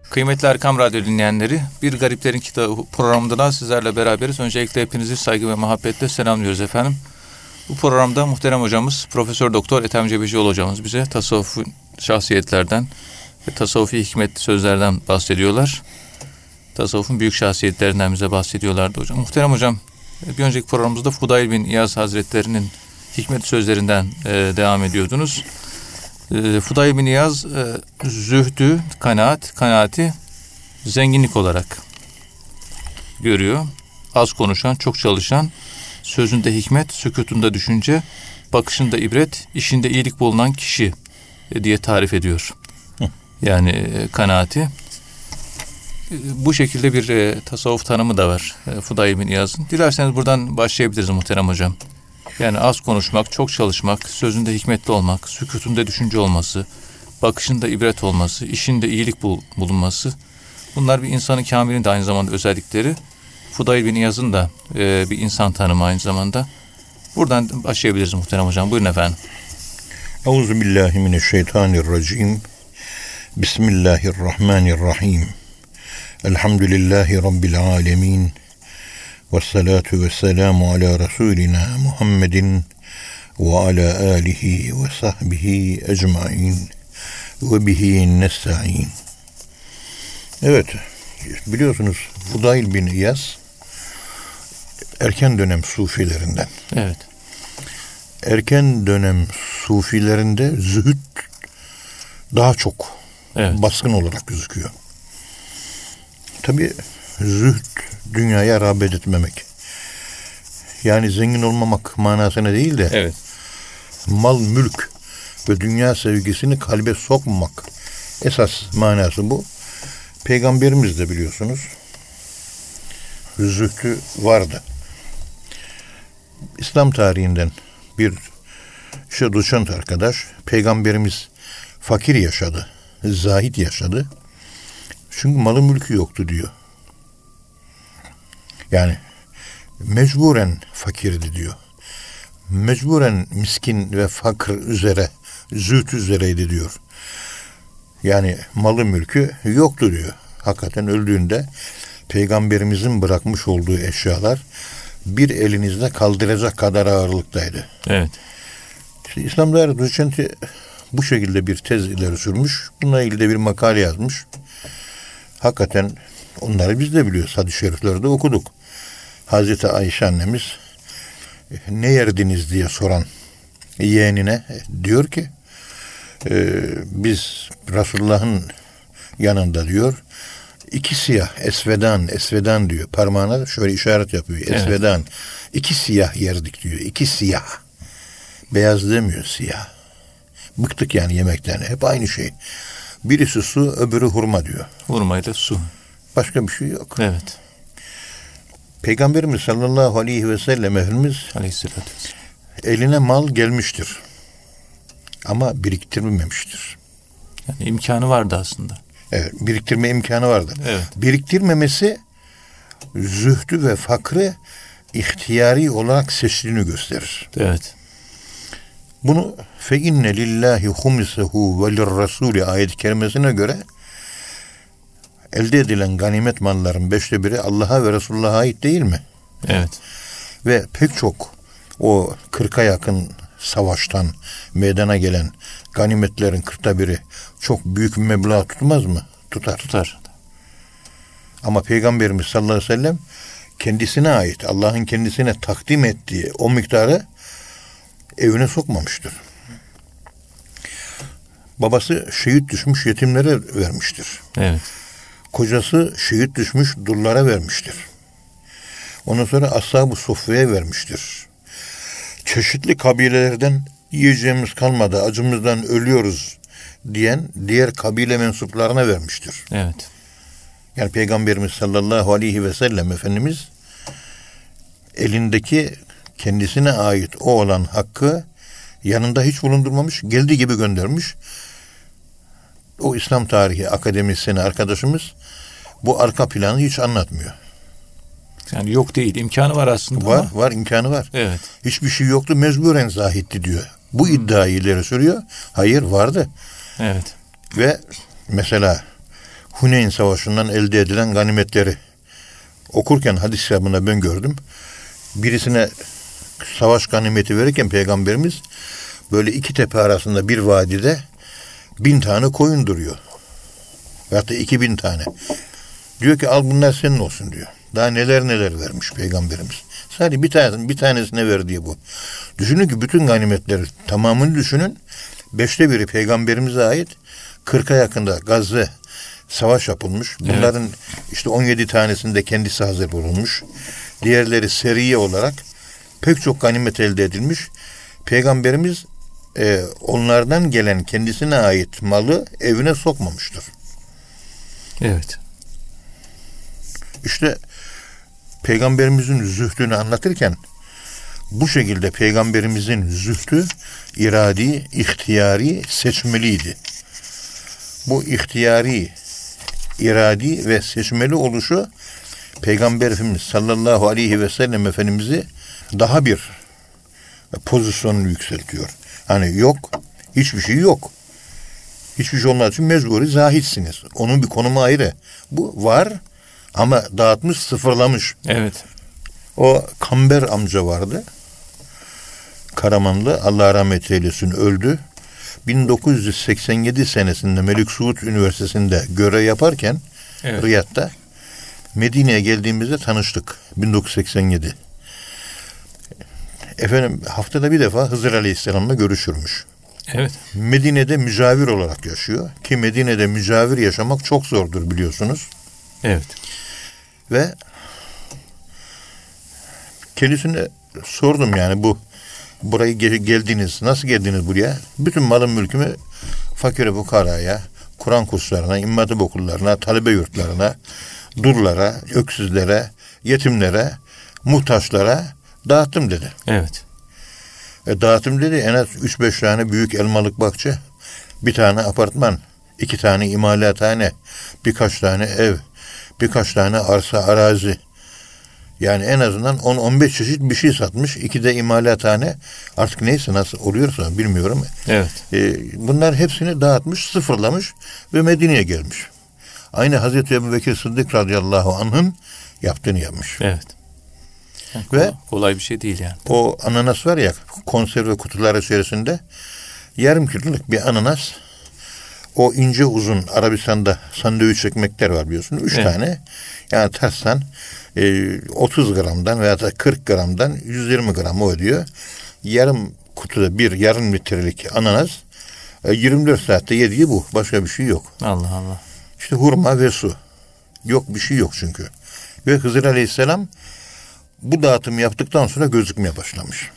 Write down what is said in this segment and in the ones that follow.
Kıymetli Erkam Radyo dinleyenleri, Bir Gariplerin Kitabı programında da sizlerle beraberiz. Öncelikle hepinizi saygı ve muhabbetle selamlıyoruz efendim. Bu programda muhterem hocamız Profesör Doktor Ethem Cebecioğlu hocamız bize tasavvufi şahsiyetlerden ve tasavvufi hikmetli sözlerden bahsediyorlar. Tasavvufun büyük şahsiyetlerinden bize bahsediyorlardı hocam. Muhterem hocam, bir önceki programımızda Fudayl bin İyaz Hazretleri'nin hikmet sözlerinden devam ediyordunuz. Fudayl bin İyaz zühdü, kanaati zenginlik olarak görüyor. Az konuşan, çok çalışan, sözünde hikmet, sükûtunda düşünce, bakışında ibret, işinde iyilik bulunan kişi diye tarif ediyor. Yani kanaati. Bu şekilde bir tasavvuf tanımı da var Fudayl bin İyaz'ın. Dilerseniz buradan başlayabiliriz muhterem hocam. Yani az konuşmak, çok çalışmak, sözünde hikmetli olmak, sükûtunda düşünce olması, bakışında ibret olması, işinde iyilik bulunması. Bunlar bir insanın kamilinin de aynı zamanda özellikleri. Fudayl bin İyaz'ın da bir insan tanımı aynı zamanda. Buradan başlayabiliriz muhterem hocam. Buyurun efendim. Euzubillahimineşşeytanirracim. Bismillahirrahmanirrahim. Elhamdülillahi Rabbil alemin. Vessalatu vesselamu ala Resulina Muhammedin ve ala alihi ve sahbihi ecmain ve bihi nesta'in. Evet, biliyorsunuz Fudayl bin İyaz erken dönem sufilerinden. Evet. Erken dönem sufilerinde zühd daha çok baskın olarak gözüküyor. Tabii zühd dünyaya rağbet etmemek. Yani zengin olmamak manasına değil de mal, mülk ve dünya sevgisini kalbe sokmamak. Esas manası bu. Peygamberimiz de biliyorsunuz zühdü vardı. İslam tarihinden bir doçent arkadaş, Peygamberimiz fakir yaşadı, zahid yaşadı. Çünkü malı mülkü yoktu diyor. Yani mecburen fakirdi diyor. Mecburen miskin ve fakir üzere, zühd üzereydi diyor. Yani malı mülkü yoktu diyor. Hakikaten öldüğünde Peygamberimizin bırakmış olduğu eşyalar bir elinizde kaldıracak kadar ağırlıktaydı. Evet. İşte İslam Tarih Doçenti bu şekilde bir tez ileri sürmüş. Bununla ilgili de bir makale yazmış. Hakikaten onları biz de biliyoruz. Hadis-i şeriflerde okuduk. Hazreti Ayşe annemiz ne yerdiniz diye soran yeğenine diyor ki biz Resulullah'ın yanında diyor iki siyah esvedan diyor. Parmağına şöyle işaret yapıyor. Esvedan. Evet. İki siyah yerdik diyor. İki siyah. Beyaz demiyor, siyah. Bıktık yani yemekten. Hep aynı şey. Birisi su, öbürü hurma diyor. Hurmayla su. Başka bir şey yok. Evet. Peygamberimiz sallallahu aleyhi ve sellem Efendimiz eline mal gelmiştir. Ama biriktirmemiştir. Yani imkanı vardı aslında. Evet, biriktirme imkanı vardı. Evet. Biriktirmemesi zühdü ve fakrı ihtiyari olarak seçtiğini gösterir. Evet. Bunu fe inne lillahi humusehu ve lirrasuli ayet-i kerimesine göre elde edilen ganimet malların 1/5 Allah'a ve Resulullah'a ait değil mi? Evet. Ve pek çok o 40'a yakın savaştan meydana gelen ganimetlerin 1/40 çok büyük bir meblağ tutmaz mı? Tutar. Ama Peygamberimiz sallallahu aleyhi ve sellem kendisine ait, Allah'ın kendisine takdim ettiği o miktarı evine sokmamıştır. Babası şehit düşmüş yetimlere vermiştir. Evet. Kocası şehit düşmüş dullara vermiştir. Ondan sonra ashab-ı suffeye vermiştir. Çeşitli kabilelerden yiyeceğimiz kalmadı, acımızdan ölüyoruz diyen diğer kabile mensuplarına vermiştir. Evet. Yani Peygamberimiz sallallahu aleyhi ve sellem Efendimiz elindeki kendisine ait o olan hakkı yanında hiç bulundurmamış, geldiği gibi göndermiş. O İslam tarihi akademisyeni arkadaşımız bu arka planı hiç anlatmıyor. Yani yok değil, imkanı var aslında. Var, imkanı var. Evet. Hiçbir şey yoktu, mecburen zahitti diyor. Bu iddiayı ileri sürüyor. Hayır, vardı. Evet. Ve mesela Huneyn Savaşı'ndan elde edilen ganimetleri okurken hadis kitabında ben gördüm. Birisine savaş ganimeti verirken Peygamberimiz böyle iki tepe arasında bir vadide 1000 tane koyun duruyor. Veyahut da 2000 tane. Diyor ki al bunlar senin olsun diyor. Daha neler neler vermiş Peygamberimiz. Sadece bir tanesine verdiği bu. Düşünün ki bütün ganimetleri tamamını düşünün. 5'te biri Peygamberimize ait. 40'a yakında Gazze savaş yapılmış. Bunların işte 17 tanesinde kendisi hazır bulunmuş. Diğerleri seriye olarak pek çok ganimet elde edilmiş. Peygamberimiz onlardan gelen kendisine ait malı evine sokmamıştır. Evet. İşte Peygamberimizin zühdünü anlatırken bu şekilde Peygamberimizin zühdü iradi, ihtiyari, seçmeliydi. Bu ihtiyari, iradi ve seçmeli oluşu Peygamber Efendimiz sallallahu aleyhi ve sellem Efendimiz'i daha bir pozisyonunu yükseltiyor. Hani yok, hiçbir şey yok. Hiçbir şey olmadığı için mecburi zahitsiniz. Onun bir konumu ayrı. Bu var ama dağıtmış, sıfırlamış. Evet. O Kamber amca vardı. Karamanlı, Allah rahmet eylesin, öldü. 1987 senesinde Melik Suud Üniversitesi'nde görev yaparken Riyad'da Medine'ye geldiğimizde tanıştık. 1987. Efendim haftada bir defa Hızır Aleyhisselam'la görüşürmüş. Evet. Medine'de mücavir olarak yaşıyor. Ki Medine'de mücavir yaşamak çok zordur biliyorsunuz. Evet. Ve kendisine sordum yani burayı geldiniz, nasıl geldiniz buraya? Bütün malım mülkümü fakire fukaraya, Kur'an kurslarına, İmam Hatip okullarına, talebe yurtlarına, dullara, öksüzlere, yetimlere, muhtaçlara dağıttım dedi. Evet. Dağıttım dedi, en az 3-5 tane büyük elmalık bahçe, bir tane apartman, 2 tane imalathane, birkaç tane ev, birkaç tane arsa, arazi. Yani en azından 10-15 çeşit bir şey satmış. 2 de imalathane. Artık neyse nasıl oluyorsa bilmiyorum. Evet. Bunlar hepsini dağıtmış, sıfırlamış ve Medine'ye gelmiş. Aynı Hazreti Ebubekir Sıddık radıyallahu anh'ın yaptığını yapmış. Evet. Yani ve kolay bir şey değil yani. O ananas var ya konserve kutular içerisinde yarım kiloluk bir ananas, o ince uzun Arabistan'da sandviç ekmekler var biliyorsun. 3 tane. Yani tartsan 30 gramdan veya da 40 gramdan 120 gram o ödüyor. Yarım kutuda bir yarım litrelik ananas 24 saatte yediği bu. Başka bir şey yok. Allah Allah. İşte hurma ve su. Yok bir şey yok çünkü. Ve Hızır Aleyhisselam bu dağıtımı yaptıktan sonra gözükmeye başlamış.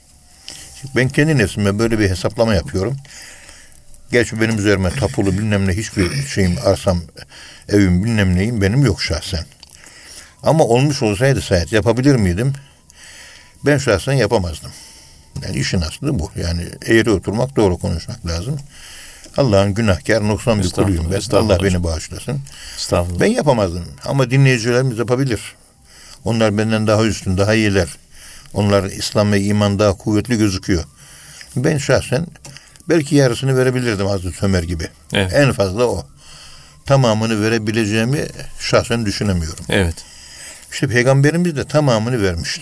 Ben kendi nefsime böyle bir hesaplama yapıyorum. Gerçi benim üzerime tapulu bilmem ne hiçbir şeyim, arsam, evim bilmem neyim benim yok şahsen. Ama olmuş olsaydı sayet yapabilir miydim? Ben şahsen yapamazdım. Yani işin aslı bu. Yani eğri oturmak, doğru konuşmak lazım. Allah'ın günahkar, noksan bir kuluyum ben. Allah beni bağışlasın. Ben yapamazdım. Ama dinleyicilerimiz yapabilir. Onlar benden daha üstün, daha iyiler. Onlar İslam ve iman daha kuvvetli gözüküyor. Ben şahsen belki yarısını verebilirdim Hazreti Ömer gibi. Evet. En fazla o. Tamamını verebileceğimi şahsen düşünemiyorum. Evet. İşte Peygamberimiz de tamamını vermişti.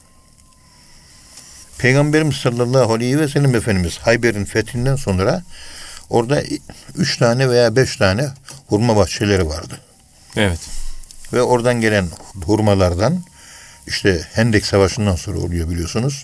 Peygamberimiz sallallahu aleyhi ve sellem Efendimiz Hayber'in fethinden sonra orada 3 tane veya 5 tane hurma bahçeleri vardı. Evet. Ve oradan gelen hurmalardan işte Hendek Savaşı'ndan sonra oluyor biliyorsunuz.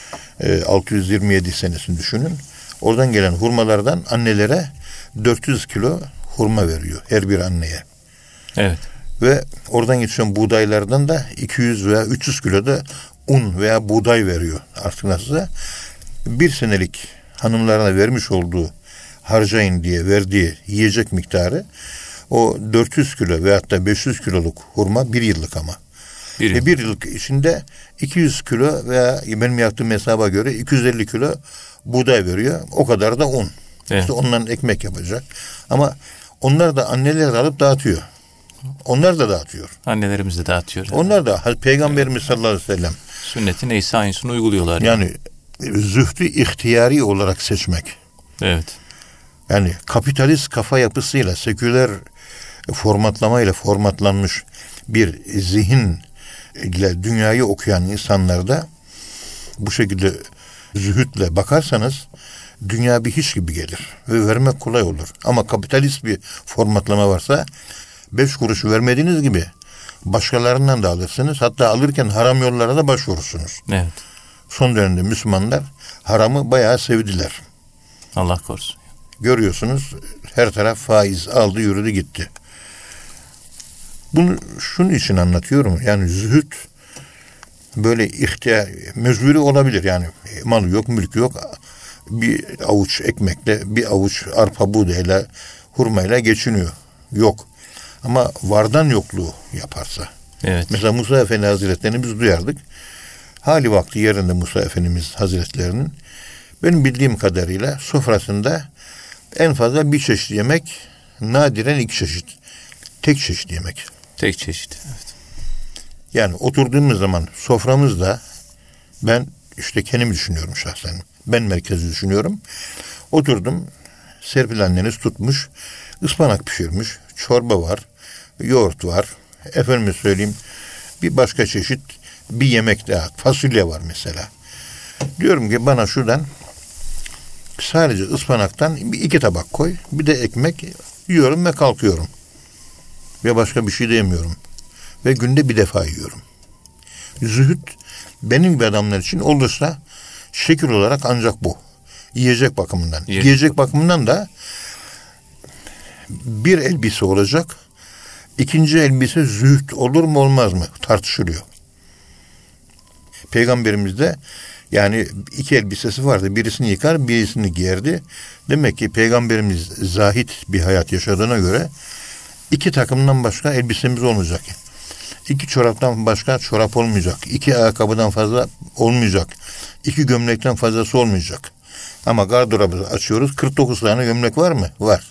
627 senesini düşünün. Oradan gelen hurmalardan annelere 400 kilo hurma veriyor her bir anneye. Evet. Ve oradan geçen buğdaylardan da 200 veya 300 kilo da un veya buğday veriyor. Artık nasılsa bir senelik hanımlarına vermiş olduğu harcayın diye verdiği yiyecek miktarı o 400 kilo veyahut da 500 kiloluk hurma bir yıllık ama. Bir yıllık içinde 200 kilo veya benim yaptığım hesaba göre 250 kilo buğday veriyor. O kadar da un. Evet. İşte onların ekmek yapacak. Ama onlar da anneler alıp dağıtıyor. Onlar da dağıtıyor. Annelerimiz de dağıtıyor. Yani. Onlar da Peygamberimiz sallallahu aleyhi ve sellem sünneti neyse aynısını uyguluyorlar. Yani zühdü ihtiyari olarak seçmek. Evet. Yani kapitalist kafa yapısıyla seküler formatlamayla formatlanmış bir zihinle dünyayı okuyan insanlarda bu şekilde zühütle bakarsanız dünya bir hiç gibi gelir ve vermek kolay olur. Ama kapitalist bir formatlama varsa 5 kuruş vermediğiniz gibi başkalarından da alırsınız. Hatta alırken haram yollara da başvurursunuz. Evet. Son dönemde Müslümanlar haramı bayağı sevdiler. Allah korusun. Görüyorsunuz her taraf faiz aldı yürüdü gitti. Bunu şunun için anlatıyorum. Yani zühd böyle mecburi olabilir. Yani malı yok, mülkü yok. Bir avuç ekmekle, bir avuç arpa buğdayla, hurmayla geçiniyor. Yok. Ama vardan yokluğu yaparsa. Evet. Mesela Musa Efendi Hazretleri'ni biz duyardık. Hali vakti yerinde Musa Efendimiz Hazretlerinin benim bildiğim kadarıyla sofrasında en fazla bir çeşit yemek, nadiren 2 çeşit. Tek çeşit yemek. Tek çeşit. Evet. Yani oturduğumuz zaman soframızda ben işte kendimi düşünüyorum şahsen. Ben merkezi düşünüyorum. Oturdum. Serpil anneniz tutmuş. Ispanak pişirmiş. Çorba var. Yoğurt var. Efendime söyleyeyim bir başka çeşit bir yemek daha. Fasulye var mesela. Diyorum ki bana şuradan sadece ıspanaktan 2 tabak koy. Bir de ekmek yiyorum ve kalkıyorum. Ve başka bir şey de yemiyorum. Ve günde bir defa yiyorum. Zühd benim gibi adamlar için olursa şekil olarak ancak bu. Yiyecek bakımından. Yiyecek bakımından da bir elbise olacak. İkinci elbise zühd olur mu olmaz mı? Tartışılıyor. Peygamberimizde yani 2 elbisesi vardı. Birisini yıkar, birisini giyerdi. Demek ki Peygamberimiz zahit bir hayat yaşadığına göre 2 takımdan başka elbisemiz olmayacak. 2 çoraptan başka çorap olmayacak. 2 ayakkabıdan fazla olmayacak. 2 gömlekten fazlası olmayacak. Ama gardırobu açıyoruz. 49 tane gömlek var mı? Var.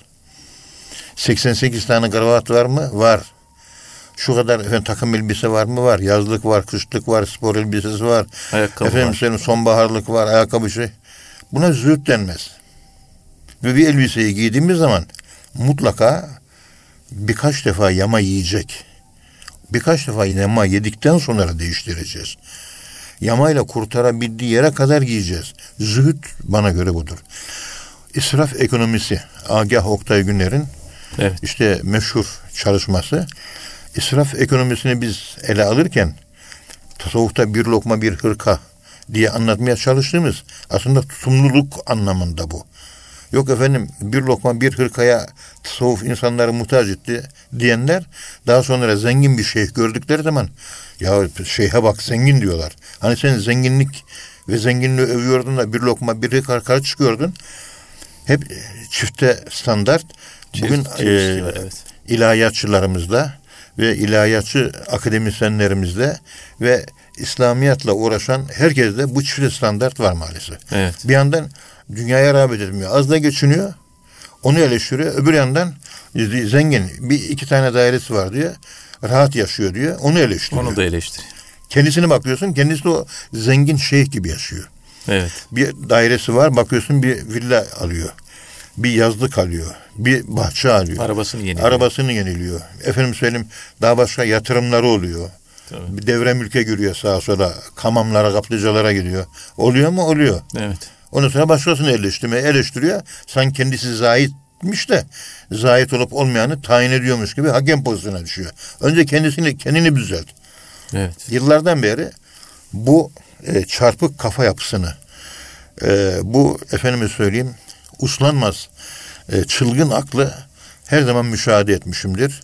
88 tane kravat var mı? Var. Şu kadar takım elbise var mı? Var. Yazlık var, kışlık var, spor elbisesi var. Ayakkabı var. Sonbaharlık var, ayakkabı şey. Buna zühd denmez. Ve bir elbiseyi giydiğimiz zaman mutlaka birkaç defa yama yiyecek. Birkaç defa yama yedikten sonra değiştireceğiz. Yamayla kurtarabildiği yere kadar giyeceğiz. Zühd bana göre budur. İsraf ekonomisi. Agah Oktay Güner'in işte meşhur çalışması. İsraf ekonomisini biz ele alırken tasavvufta bir lokma bir hırka diye anlatmaya çalıştığımız aslında tutumluluk anlamında bu. Yok efendim bir lokma bir hırkaya tasavvuf insanları muhtaç etti diyenler daha sonra zengin bir şeyh gördükleri zaman ya şeyhe bak zengin diyorlar. Hani sen zenginlik ve zenginliği övüyordun da bir lokma bir hırka çıkıyordun. Hep çifte standart. Bugün ilahiyatçılarımızda ve ilahiyatçı akademisyenlerimizde ve İslamiyatla uğraşan herkeste bu çifte standart var maalesef. Evet. Bir yandan dünyaya rağbet etmiyor. Az da geçiniyor. Onu eleştiriyor. Öbür yandan zengin. 2 tane dairesi var diyor. Rahat yaşıyor diyor. Onu eleştiriyor. Onu da eleştiriyor. Kendisine bakıyorsun. Kendisi de o zengin şeyh gibi yaşıyor. Evet. Bir dairesi var. Bakıyorsun bir villa alıyor. Bir yazlık alıyor. Bir bahçe alıyor. Arabasını yeniliyor. Efendim söyleyeyim daha başka yatırımları oluyor. Tabii. Bir devre mülke giriyor sağa sola. Kamamlara, kaplıcalara gidiyor. Oluyor mu? Oluyor. Evet. Ondan sonra başkasını eleştiriyor. Sanki kendisi zahitmiş de zahit olup olmayanı tayin ediyormuş gibi hakem pozisyonuna düşüyor. Önce kendini düzelt. Evet. Yıllardan beri bu çarpık kafa yapısını bu efendime söyleyeyim uslanmaz çılgın aklı her zaman müşahede etmişimdir.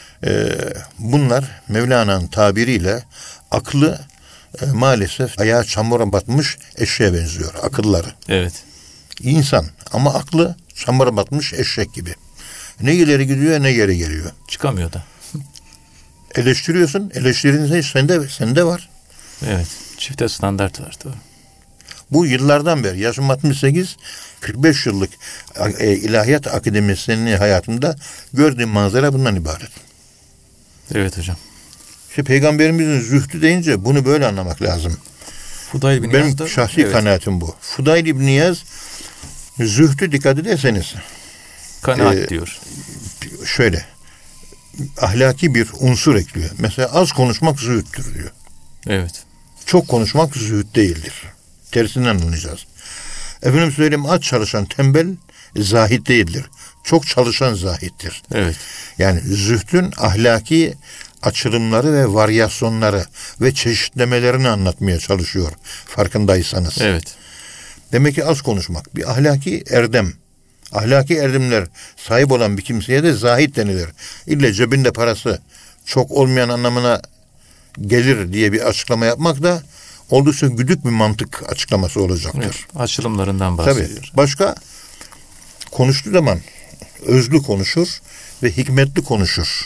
Bunlar Mevlana'nın tabiriyle aklı maalesef ayağı çamura batmış eşeğe benziyor akılları. Evet. İnsan ama aklı çamura batmış eşek gibi. Ne ileri gidiyor ne geri geliyor. Çıkamıyor da. Eleştiriyorsun. Eleştirin sende var. Evet. Çifte standart var. Doğru. Bu yıllardan beri yaşım 68 45 yıllık ilahiyat akademisyenliği hayatımda gördüğüm manzara bundan ibaret. Evet hocam. İşte Peygamberimizin zühdü deyince bunu böyle anlamak lazım. Fudayl bin Benim Niyaz da, şahsi kanaatim bu. Fudayl bin Niyaz zühdü dikkat ederseniz kanaat diyor. Şöyle ahlaki bir unsur ekliyor. Mesela az konuşmak züğüttür diyor. Evet. Çok konuşmak züğüt değildir. Tersinden anlayacağız. Efendim söyleyeyim, az çalışan tembel zahit değildir. Çok çalışan zahittir. Evet. Yani zühdün ahlaki açılımları ve varyasyonları ve çeşitlemelerini anlatmaya çalışıyor. Farkındaysanız. Evet. Demek ki az konuşmak bir ahlaki erdem. Ahlaki erdemler sahip olan bir kimseye de zahit denilir. İlle cebinde parası çok olmayan anlamına gelir diye bir açıklama yapmak da oldukça güdük bir mantık açıklaması olacaktır. Evet. Açılımlarından Tabii. bahsediyor. Başka, konuştuğu zaman özlü konuşur ve hikmetli konuşur.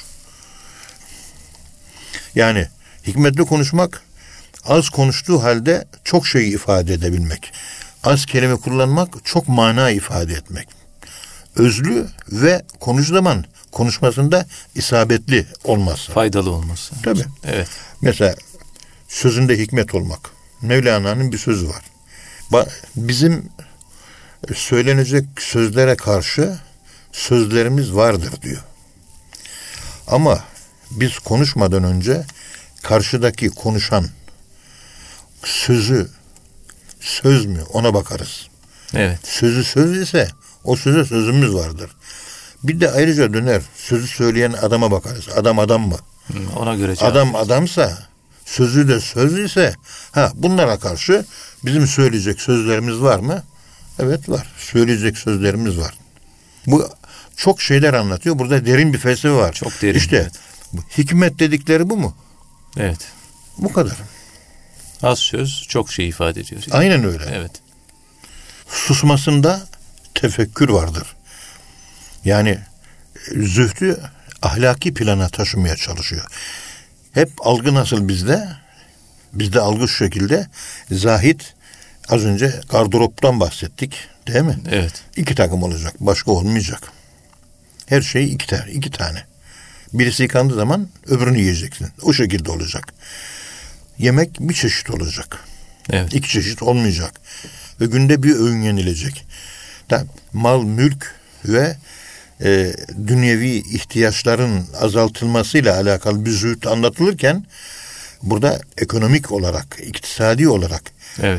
Yani hikmetli konuşmak, az konuştuğu halde çok şey ifade edebilmek. Az kelime kullanmak, çok mana ifade etmek. Özlü ve konuştuğu zaman konuşmasında isabetli olması. Faydalı olması. Tabii. Evet. Mesela sözünde hikmet olmak. Mevlana'nın bir sözü var. Bizim söylenecek sözlere karşı sözlerimiz vardır diyor. Ama biz konuşmadan önce karşıdaki konuşan sözü söz mü ona bakarız. Evet. Sözü söz ise o söze sözümüz vardır. Bir de ayrıca döner sözü söyleyen adama bakarız. Adam mı? Ona göre cevap. Adam adamsa, sözü de söz ise bunlara karşı bizim söyleyecek sözlerimiz var mı? Evet var. Söyleyecek sözlerimiz var. Bu çok şeyler anlatıyor. Burada derin bir felsefe var. Çok derin. İşte Evet. hikmet dedikleri bu mu? Evet. Bu kadar. Az söz çok şey ifade ediyor. Aynen öyle. Evet. Susmasında tefekkür vardır. Yani zühdü ahlaki plana taşımaya çalışıyor. Hep algı nasıl bizde? Bizde algı şu şekilde. Zahit, az önce gardıroptan bahsettik, değil mi? Evet. 2 takım olacak, başka olmayacak. Her şey iki tane. Birisi yıkandığı zaman öbürünü yiyeceksin. O şekilde olacak. Yemek bir çeşit olacak. Evet. 2 çeşit olmayacak. Ve günde bir öğün yenilecek. Mal, mülk ve dünyevi ihtiyaçların azaltılmasıyla alakalı bir zühd anlatılırken burada ekonomik olarak, iktisadi olarak Evet.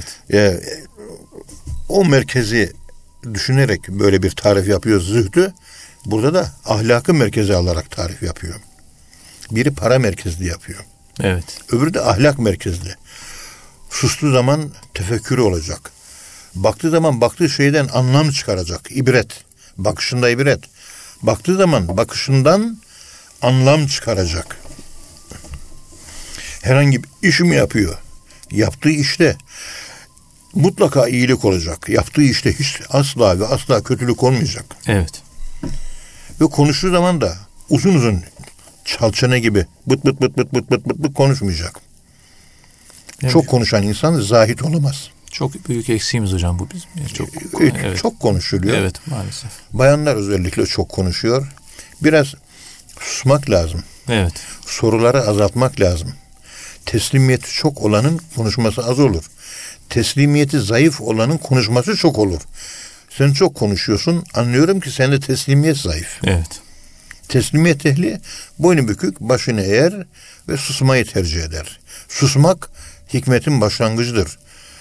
O merkezi düşünerek böyle bir tarif yapıyor zühdü. Burada da ahlakı merkeze alarak tarif yapıyor. Biri para merkezli yapıyor. Evet. Öbürü de ahlak merkezli. Sustuğu zaman tefekkürü olacak. Baktığı zaman baktığı şeyden anlam çıkaracak. İbret. Bakışında ibret. Baktığı zaman bakışından anlam çıkaracak. Herhangi bir iş mi yapıyor? Yaptığı işte mutlaka iyilik olacak. Yaptığı işte hiç asla ve asla kötülük olmayacak. Evet. Ve konuştuğu zaman da uzun çalçene gibi bıt konuşmayacak. Evet. Çok konuşan insan zahit olamaz. Çok büyük eksiğimiz hocam bu bizim. Yani çok, evet. Çok konuşuluyor. Evet, maalesef. Bayanlar özellikle çok konuşuyor. Biraz susmak lazım. Evet. Soruları azaltmak lazım. Teslimiyeti çok olanın konuşması az olur. Teslimiyeti zayıf olanın konuşması çok olur. Sen çok konuşuyorsun. Anlıyorum ki sende teslimiyet zayıf. Evet. Teslimiyet ehli boynu bükük, başını eğer ve susmayı tercih eder. Susmak hikmetin başlangıcıdır.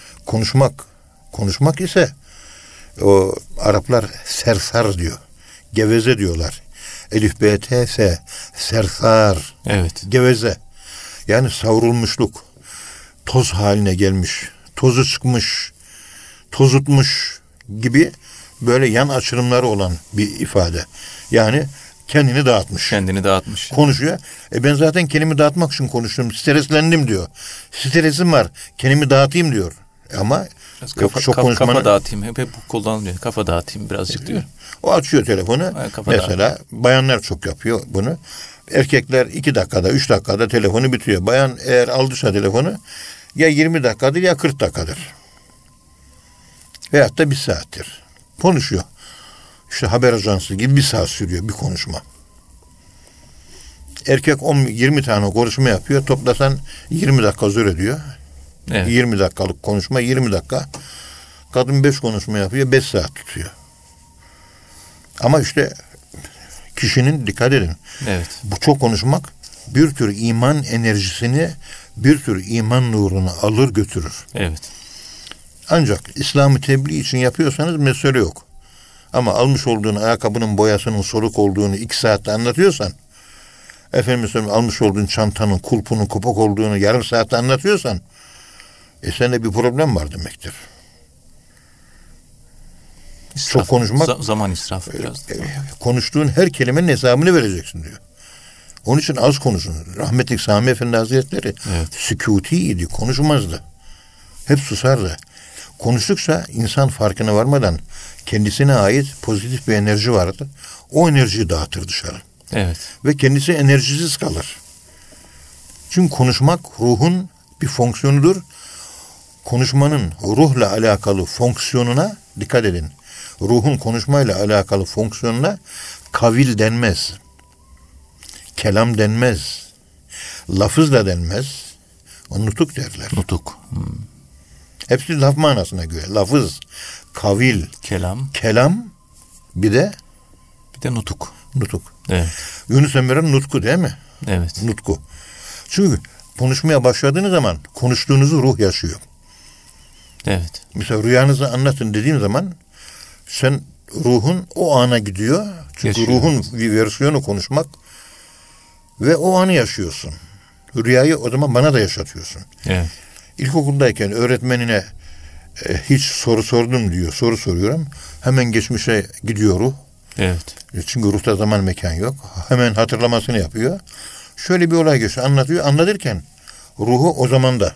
Konuşmak ise o Araplar sersar diyor. Geveze diyorlar. Elif B T S sersar. Evet. Geveze. Yani savrulmuşluk. Toz haline gelmiş. Tozu çıkmış. Tozutmuş gibi böyle yan açılımları olan bir ifade. Yani kendini dağıtmış. Kendini dağıtmış. Konuşuyor. Ben zaten kendimi dağıtmak için konuştum. Streslendim diyor. Stresim var. Kendimi dağıtayım diyor. Ama Kafa dağıtayım. Hep bu kullanılıyor. Kafa dağıtayım birazcık diyor. O açıyor telefonu. Mesela bayanlar çok yapıyor bunu. Erkekler 2 dakikada, 3 dakikada telefonu bitiriyor. Bayan eğer aldıysa telefonu ya 20 dakikadır ya 40 dakikadır. Veyahut da 1 saattir. Konuşuyor. İşte haber ajansı gibi 1 saat sürüyor bir konuşma. Erkek 20 tane konuşma yapıyor. Toplasan 20 dakika zor ediyor. Evet. 20 dakikalık konuşma 20 dakika. Kadın 5 konuşma yapıyor 5 saat tutuyor. Ama işte Kişinin, dikkat edin. Evet. Bu çok konuşmak bir tür iman enerjisini, bir tür iman nurunu alır götürür. Evet. Ancak İslam'ı tebliğ için yapıyorsanız mesele yok. Ama almış olduğun ayakkabının boyasının soluk olduğunu 2 saatte anlatıyorsan, efendim söyleyeyim, almış olduğun çantanın kulpunun kopuk olduğunu yarım saatte anlatıyorsan, sende bir problem var demektir. Çok konuşmak, zaman israfı biraz. konuştuğun her kelimenin hesabını vereceksin diyor. Onun için az konuşun. Rahmetli Sami Efendi Hazretleri sükûtiydi, konuşmazdı. Hep susardı. Konuştukça insan farkına varmadan kendisine ait pozitif bir enerji vardı. O enerjiyi dağıtır dışarı. Evet. Ve kendisi enerjisiz kalır. Çünkü konuşmak ruhun bir fonksiyonudur. Konuşmanın ruhla alakalı fonksiyonuna dikkat edin. Ruhun konuşmayla alakalı fonksiyonuna kavil denmez. Kelam denmez. Lafız da denmez. O nutuk derler. Nutuk. Hepsi laf manasına göre. Lafız, kavil, kelam, bir de nutuk. Nutuk. Evet. Yunus Emre'nin nutku değil mi? Evet. Nutku. Çünkü konuşmaya başladığınız zaman konuştuğunuzu ruh yaşıyor. Evet. Mesela rüyanızı anlatın dediğim zaman sen ruhun o ana gidiyor. Çünkü yaşıyor. Ruhun bir versiyonu konuşmak ve o anı yaşıyorsun. Rüyayı o zaman bana da yaşatıyorsun. Evet. İlkokuldayken öğretmenine hiç soru sordum diyor. Soru soruyorum. Hemen geçmişe gidiyor ruh. Evet. Çünkü ruhta zaman mekan yok. Hemen hatırlamasını yapıyor. Şöyle bir olay geçiyor. Anlatıyor. Anlatırken ruhu o zamanda.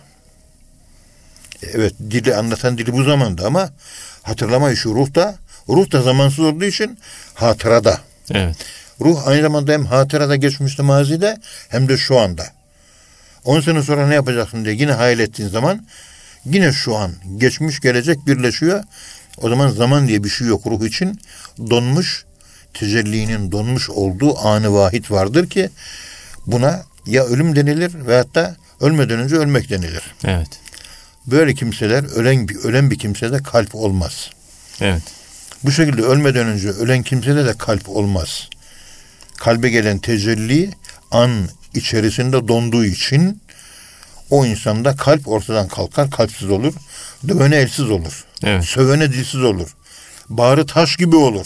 Evet, dili anlatan dili bu zamanda ama hatırlama işi ruhta. Ruh da zamansız olduğu için hatırada. Evet. Ruh aynı zamanda hem hatırada, geçmişte, mazide hem de şu anda. 10 sene sonra ne yapacaksın diye yine hayal ettiğin zaman yine şu an, geçmiş, gelecek birleşiyor. O zaman zaman diye bir şey yok ruh için. Donmuş, tecellinin donmuş olduğu anı vahid vardır ki buna ya ölüm denilir veyahut da ölmeden önce ölmek denilir. Evet. Böyle kimseler, ölen bir kimsede kalp olmaz. Evet. Bu şekilde ölmeden önce ölen kimsede de kalp olmaz. Kalbe gelen tecelli an içerisinde donduğu için o insanda kalp ortadan kalkar, kalpsiz olur. Dövene elsiz olur. Evet. Sövene dilsiz olur. Bağrı taş gibi olur.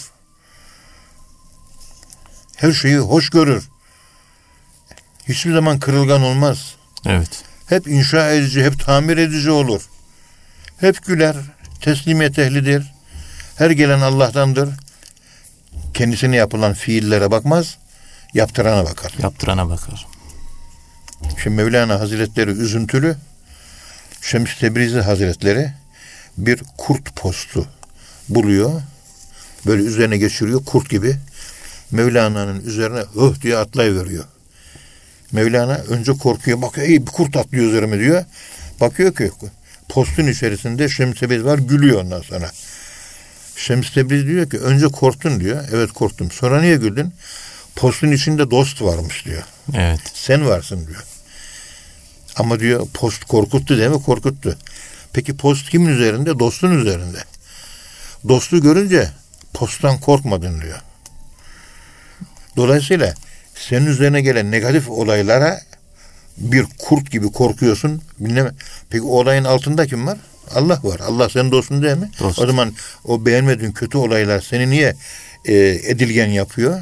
Her şeyi hoş görür. Hiçbir zaman kırılgan olmaz. Evet. Hep inşa edici, hep tamir edici olur. Hep güler, teslimiyet ehlidir. Her gelen Allah'tandır. Kendisine yapılan fiillere bakmaz, yaptırana bakar. Yaptırana bakar. Şimdi Mevlana Hazretleri üzüntülü, Şems Tebrizi Hazretleri bir kurt postu buluyor. Böyle üzerine geçiriyor kurt gibi. Mevlana'nın üzerine diye atlayıveriyor. Mevlana önce korkuyor. Bakıyor bir kurt atlıyor üzerime diyor. Bakıyor ki postun içerisinde Şems Tebrizi var, gülüyor ondan sonra. Şems Tebrizi diyor ki önce korktun diyor. Evet korktum. Sonra niye güldün? Postun içinde dost varmış diyor. Evet. Sen varsın diyor. Ama diyor post korkuttu değil mi? Korkuttu. Peki post kimin üzerinde? Dostun üzerinde. Dostu görünce posttan korkmadın diyor. Dolayısıyla senin üzerine gelen negatif olaylara bir kurt gibi korkuyorsun. Peki o olayın altında kim var? Allah var. Allah senin dostun değil mi? Dost. O zaman o beğenmediğin kötü olaylar seni niye edilgen yapıyor?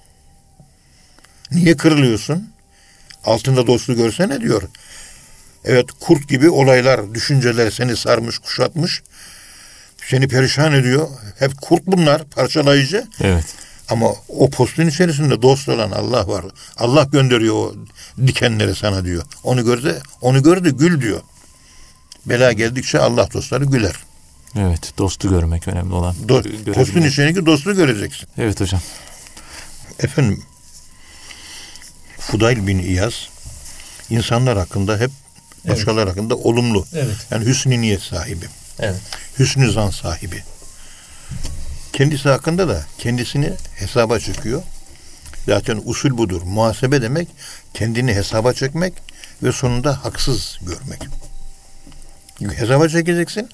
Niye kırılıyorsun? Altında dostu görsene diyor. Evet, kurt gibi olaylar, düşünceler seni sarmış, kuşatmış. Seni perişan ediyor. Hep kurt bunlar, parçalayıcı. Evet. Ama o postun içerisinde dost olan Allah var. Allah gönderiyor o dikenleri sana diyor. Onu gördü gül diyor. Bela geldikçe Allah dostları güler. Evet, dostu görmek önemli olan. Postun içindeki dostu göreceksin. Evet hocam. Efendim, Fudayl bin İyaz insanlar hakkında hep başkaları hakkında olumlu. Evet. Yani hüsnü niyet sahibi. Evet. Hüsnü zan sahibi. Kendisi hakkında da kendisini hesaba çekiyor. Zaten usul budur. Muhasebe demek kendini hesaba çekmek ve sonunda haksız görmek. Çünkü hesaba çekeceksin.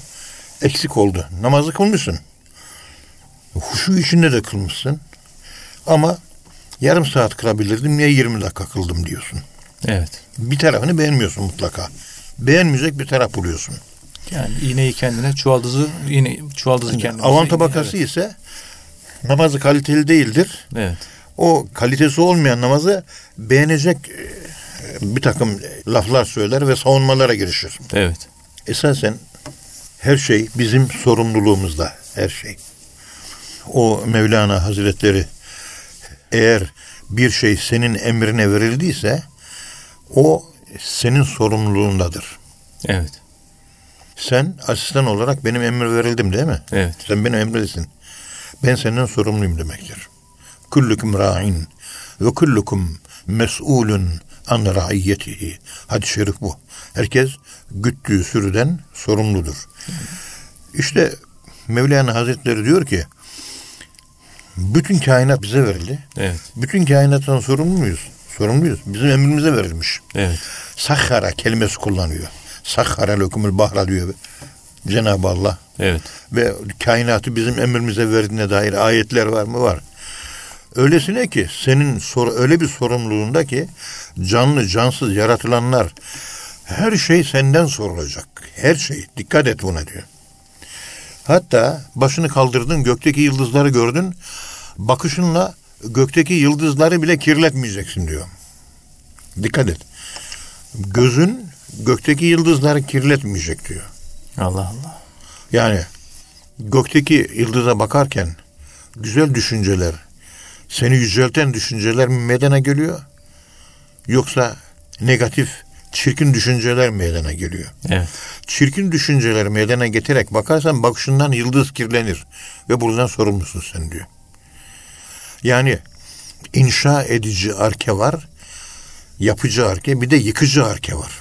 Eksik oldu. Namazı kılmışsın. Huşu içinde de kılmışsın. Ama yarım saat kılabilirdim, niye 20 dakika kıldım diyorsun. Evet. Bir tarafını beğenmiyorsun mutlaka. Beğenmeyecek bir taraf buluyorsun. Yani iğneyi kendine, çuvaldızı kendine. Avam tabakası ise namazı kaliteli değildir. Evet. O kalitesi olmayan namazı beğenecek bir takım laflar söyler ve savunmalara girişir. Evet. Esasen her şey bizim sorumluluğumuzda. Her şey. O Mevlana Hazretleri, eğer bir şey senin emrine verildiyse o senin sorumluluğundadır. Evet. Sen asistan olarak benim emir verildim değil mi? Evet. Sen benim emrimdesin. Ben senden sorumluyum demektir. Kullukum ra'in ve kullukum mes'ulun an ra'iyyetihi. Hadis-i şerif bu. Herkes güttüğü sürüden sorumludur. İşte Mevlana Hazretleri diyor ki, bütün kainat bize verildi. Evet. Bütün kainattan sorumlu muyuz? Sorumluyuz. Bizim emrimize verilmiş. Evet. Sahhara kelimesi kullanıyor. Sahhara lekumul bahra diyor Cenab-ı Allah. Evet. Ve kainatı bizim emrimize verdiğine dair ayetler var mı? Var. Öylesine ki senin öyle bir sorumluluğunda ki canlı cansız yaratılanlar, her şey senden sorulacak. Her şey. Dikkat et buna diyor. Hatta başını kaldırdın, gökteki yıldızları gördün. Bakışınla gökteki yıldızları bile kirletmeyeceksin diyor. Dikkat et. Gözün gökteki yıldızları kirletmeyecek diyor. Allah Allah. Yani gökteki yıldıza bakarken güzel düşünceler, seni yücelten düşünceler mi meydana geliyor? Yoksa negatif, çirkin düşünceler meydana geliyor? Evet. Çirkin düşünceler meydana getirerek bakarsan bakışından yıldız kirlenir ve buradan sorumlusun sen diyor. Yani inşa edici arke var, yapıcı arke, bir de yıkıcı arke var.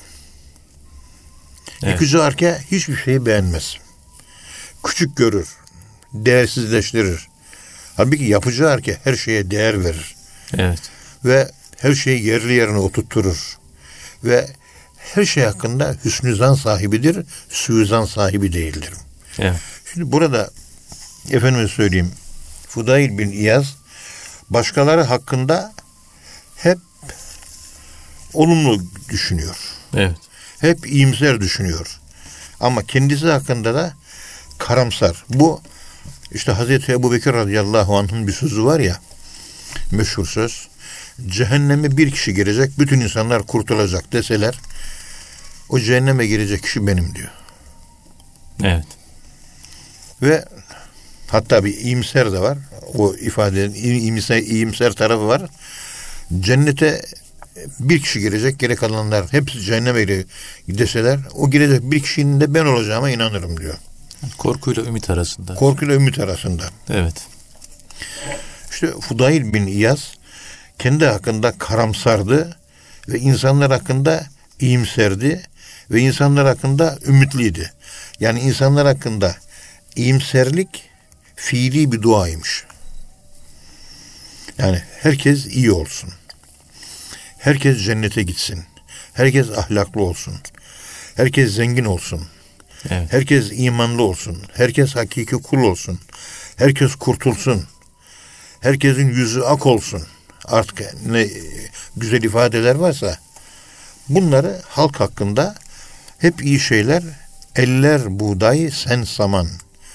Evet. Yıkıcı arke hiçbir şeyi beğenmez. Küçük görür, değersizleştirir. Halbuki yapıcı arke her şeye değer verir. Evet. Ve her şeyi yerli yerine oturtturur. Ve her şey hakkında hüsnü zan sahibidir, suizan sahibi değildir. Evet. Şimdi burada efendime söyleyeyim, Fudayl bin İyaz başkaları hakkında hep olumlu düşünüyor. Evet. Hep iyimser düşünüyor. Ama kendisi hakkında da karamsar. Bu işte Hazreti Ebubekir radıyallahu anh'ın bir sözü var ya, meşhur söz. Cehenneme bir kişi girecek, bütün insanlar kurtulacak deseler, o cehenneme girecek kişi benim diyor. Evet. Ve hatta bir iyimser de var. O ifadenin iyimser tarafı var. Cennete bir kişi girecek, geri kalanlar hepsi cehenneme girecek deseler, o girecek bir kişinin de ben olacağıma inanırım diyor. Korkuyla ümit arasında. Korkuyla ümit arasında. Evet. İşte Fudayl bin İyaz kendi hakkında karamsardı ve insanlar hakkında iyimserdi ve insanlar hakkında ümitliydi. Yani insanlar hakkında iyimserlik fiili bir duaymış. Yani herkes iyi olsun. Herkes cennete gitsin. Herkes ahlaklı olsun. Herkes zengin olsun. Evet. Herkes imanlı olsun. Herkes hakiki kul olsun. Herkes kurtulsun. Herkesin yüzü ak olsun. Artık ne güzel ifadeler varsa bunları halk hakkında hep iyi şeyler. Eller buğday, sen saman.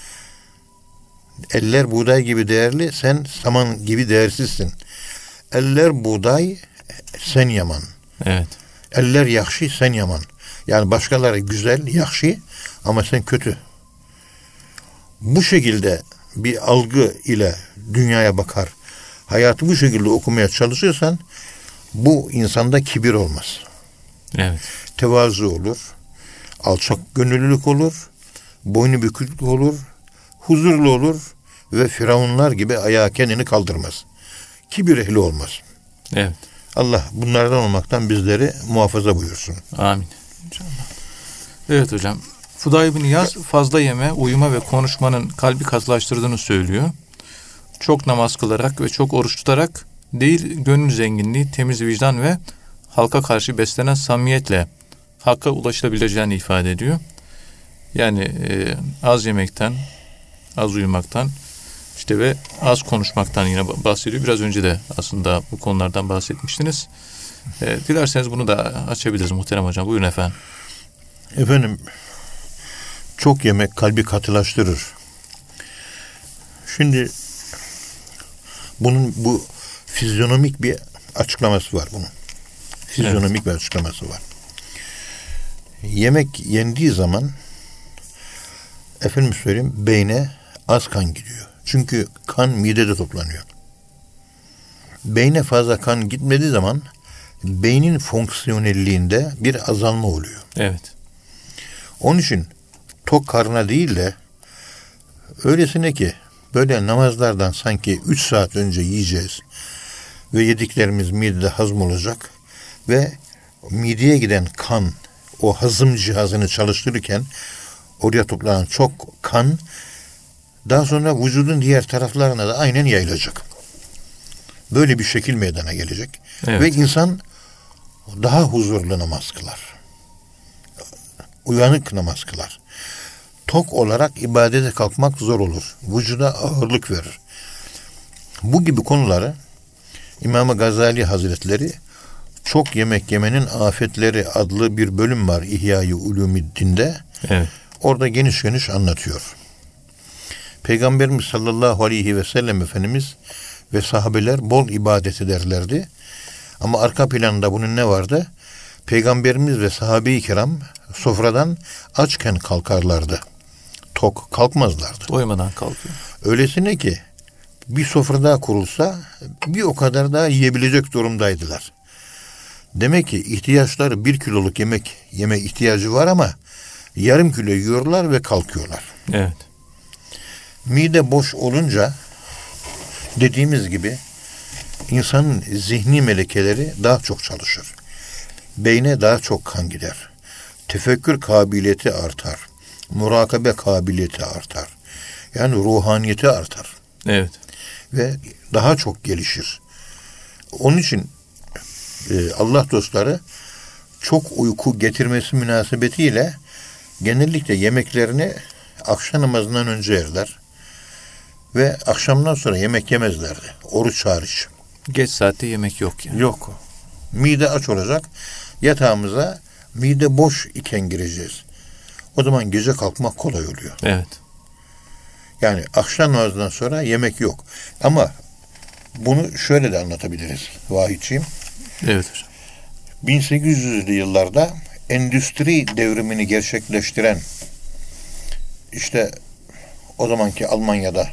Eller buğday gibi değerli, sen saman gibi değersizsin. Eller buğday, sen yaman. Evet. Eller yakşı, sen yaman. Yani başkaları güzel, yakşı ama sen kötü. Bu şekilde bir algı ile dünyaya bakar, hayatı bu şekilde okumaya çalışırsan bu insanda kibir olmaz. Evet. Tevazu olur, alçak gönüllülük olur, boynu bükük olur, huzurlu olur ve firavunlar gibi ayağa kendini kaldırmaz. Kibir ehli olmaz. Evet. Allah bunlardan olmaktan bizleri muhafaza buyursun. Amin. İnşallah. Evet hocam. Fudayl bin İyaz fazla yeme, uyuma ve konuşmanın kalbi katılaştırdığını söylüyor. Çok namaz kılarak ve çok oruç tutarak değil, gönül zenginliği, temiz vicdan ve halka karşı beslenen samimiyetle hakka ulaşılabileceğini ifade ediyor. Yani az yemekten, az uyumaktan İşte ve az konuşmaktan yine bahsediyor. Biraz önce de aslında bu konulardan bahsetmiştiniz. Dilerseniz bunu da açabiliriz muhterem hocam. Buyurun efendim. Efendim, çok yemek kalbi katılaştırır. Şimdi bu fizyonomik bir açıklaması var bunun. Fizyonomik bir açıklaması var. Yemek yendiği zaman efendim söyleyeyim beyne az kan gidiyor. Çünkü kan midede toplanıyor. Beyne fazla kan gitmediği zaman beynin fonksiyonelliğinde bir azalma oluyor. Evet. Onun için tok karnına değil de öylesine ki böyle namazlardan sanki 3 saat önce yiyeceğiz ve yediklerimiz midede hazm olacak ve mideye giden kan o hazım cihazını çalıştırırken oraya toplanan çok kan daha sonra vücudun diğer taraflarına da aynen yayılacak. Böyle bir şekil meydana gelecek. Evet. Ve insan daha huzurlu namaz kılar. Uyanık namaz kılar. Tok olarak ibadete kalkmak zor olur. Vücuda ağırlık verir. Bu gibi konuları İmam-ı Gazali Hazretleri Çok Yemek Yemenin Afetleri adlı bir bölüm var İhya-i Ulûmiddin'de. Evet. Orada geniş geniş anlatıyor. Peygamberimiz sallallahu aleyhi ve sellem Efendimiz ve sahabeler bol ibadet ederlerdi. Ama arka planında bunun ne vardı? Peygamberimiz ve sahabe-i kiram sofradan açken kalkarlardı. Tok kalkmazlardı. Doymadan kalkıyor. Öylesine ki bir sofra daha kurulsa bir o kadar daha yiyebilecek durumdaydılar. Demek ki ihtiyaçları 1 kiloluk yemek yeme ihtiyacı var ama yarım kilo yiyorlar ve kalkıyorlar. Evet. Mide boş olunca dediğimiz gibi insanın zihni melekeleri daha çok çalışır. Beyne daha çok kan gider. Tefekkür kabiliyeti artar. Murakabe kabiliyeti artar. Yani ruhaniyeti artar. Evet. Ve daha çok gelişir. Onun için Allah dostları çok uyku getirmesi münasebetiyle genellikle yemeklerini akşam namazından önce yerler. Ve akşamdan sonra yemek yemezlerdi. Oruç hariç. Geç saatte yemek yok yani. Yok. Mide aç olacak. Yatağımıza mide boş iken gireceğiz. O zaman gece kalkmak kolay oluyor. Evet. Yani akşam namazından sonra yemek yok. Ama bunu şöyle de anlatabiliriz Vahitciğim. Evet hocam. 1800'lü yıllarda endüstri devrimini gerçekleştiren işte o zamanki Almanya'da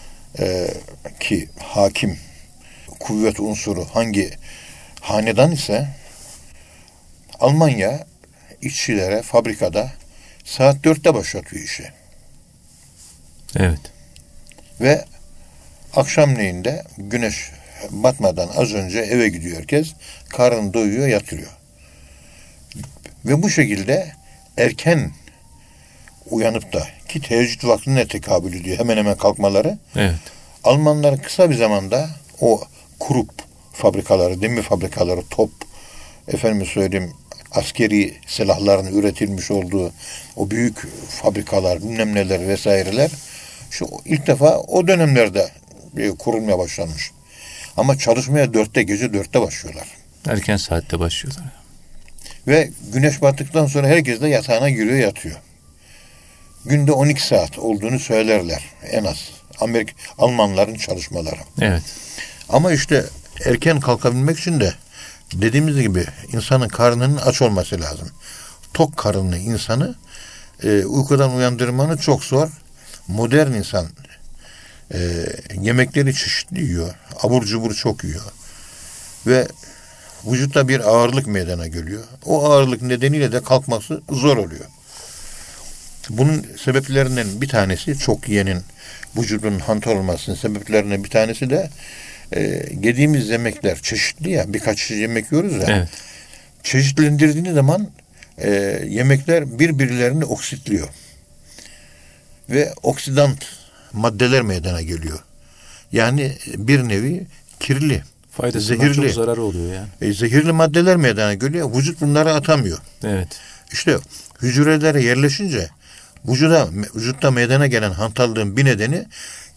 ki hakim kuvvet unsuru hangi hanedan ise Almanya işçilere fabrikada saat 4'te başlatıyor işi. Evet. Ve akşamleyin de güneş batmadan az önce eve gidiyor herkes. Karnı doyuyor, yatırıyor. Ve bu şekilde erken uyanıp da ki teheccüd vaktine tekabül ediyor hemen hemen kalkmaları. Evet. Almanlar kısa bir zamanda o Krupp fabrikaları, demir fabrikaları, top, efendim söyleyeyim askeri silahların üretilmiş olduğu o büyük fabrikalar, bilmem neler vesaireler şu ilk defa o dönemlerde kurulmaya başlanmış. Ama çalışmaya 4'te gece 4'te başlıyorlar. Erken saatte başlıyorlar. Ve güneş battıktan sonra herkes de yatağına giriyor yatıyor. Günde 12 saat olduğunu söylerler en az. Almanların çalışmaları. Evet. Ama işte erken kalkabilmek için de dediğimiz gibi insanın karnının aç olması lazım. Tok karınlı insanı uykudan uyandırmanı çok zor. Modern insan yemekleri çeşitli yiyor. Abur cubur çok yiyor. Ve vücutta bir ağırlık meydana geliyor. O ağırlık nedeniyle de kalkması zor oluyor. Bunun sebeplerinden bir tanesi çok yiyenin vücudun hantal olmasının sebeplerinden bir tanesi de yediğimiz yemekler çeşitli ya birkaç çeşit yemek yiyoruz ya. Evet. Çeşitlendirdiğiniz zaman yemekler birbirlerini oksitliyor. Ve oksidant maddeler meydana geliyor. Yani bir nevi kirli, Faydasından zehirli. çok zararı oluyor yani. Zehirli maddeler meydana geliyor. Vücut bunları atamıyor. Evet. İşte hücrelere yerleşince vücutta meydana gelen hantallığın bir nedeni